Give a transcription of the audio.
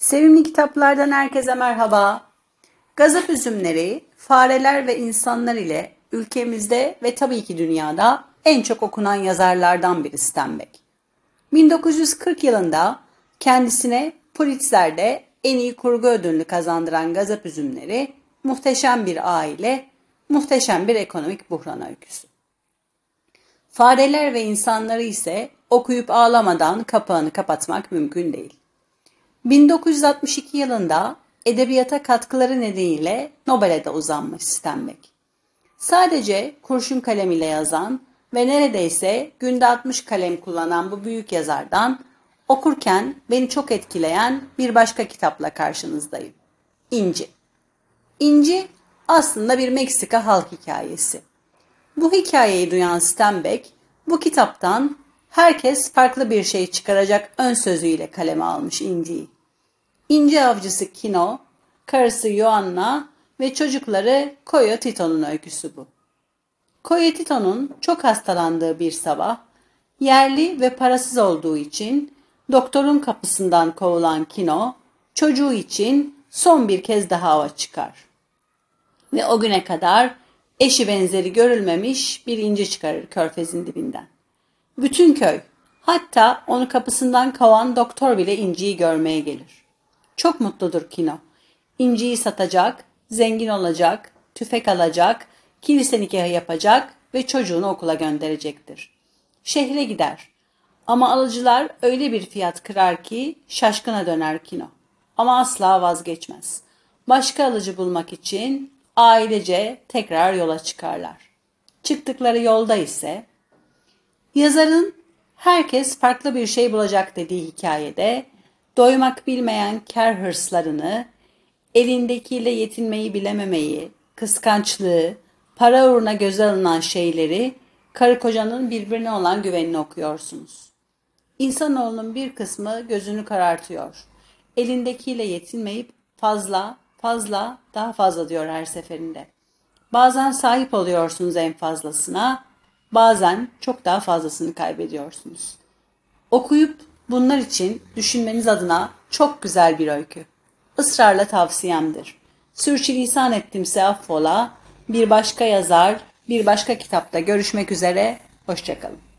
Sevimli kitaplardan herkese merhaba. Gazap Üzümleri, fareler ve insanlar ile ülkemizde ve tabii ki dünyada en çok okunan yazarlardan biri Steinbeck. 1940 yılında kendisine Pulitzer'de en iyi kurgu ödülünü kazandıran Gazap Üzümleri, muhteşem bir aile, muhteşem bir ekonomik buhran öyküsü. Fareler ve insanları ise okuyup ağlamadan kapağını kapatmak mümkün değil. 1962 yılında edebiyata katkıları nedeniyle Nobel'e de uzanmış Steinbeck. Sadece kurşun kalemiyle yazan ve neredeyse günde 60 kalem kullanan bu büyük yazardan okurken beni çok etkileyen bir başka kitapla karşınızdayım. İnci. İnci aslında bir Meksika halk hikayesi. Bu hikayeyi duyan Steinbeck bu kitaptan herkes farklı bir şey çıkaracak ön sözüyle kaleme almış İnci'yi. İnci avcısı Kino, karısı Joanna ve çocukları Koyo Tito'nun öyküsü bu. Koyo Tito'nun çok hastalandığı bir sabah, yerli ve parasız olduğu için doktorun kapısından kovulan Kino, çocuğu için son bir kez daha ava çıkar. Ve o güne kadar eşi benzeri görülmemiş bir inci çıkarır körfezin dibinden. Bütün köy, hatta onu kapısından kovan doktor bile inciyi görmeye gelir. Çok mutludur Kino. İnciyi satacak, zengin olacak, tüfek alacak, kilise nikahı yapacak ve çocuğunu okula gönderecektir. Şehre gider. Ama alıcılar öyle bir fiyat kırar ki şaşkına döner Kino. Ama asla vazgeçmez. Başka alıcı bulmak için ailece tekrar yola çıkarlar. Çıktıkları yolda ise yazarın herkes farklı bir şey bulacak dediği hikayede doymak bilmeyen kar hırslarını, elindekiyle yetinmeyi bilememeyi, kıskançlığı, para uğruna göze alınan şeyleri, karı kocanın birbirine olan güvenini okuyorsunuz. İnsanoğlunun bir kısmı gözünü karartıyor. Elindekiyle yetinmeyip fazla, daha fazla diyor her seferinde. Bazen sahip oluyorsunuz en fazlasına, bazen çok daha fazlasını kaybediyorsunuz. Okuyup bunlar için düşünmeniz adına çok güzel bir öykü. Israrla tavsiyemdir. Sürçülisan ettimse affola. Bir başka yazar, bir başka kitapta görüşmek üzere. Hoşça kalın.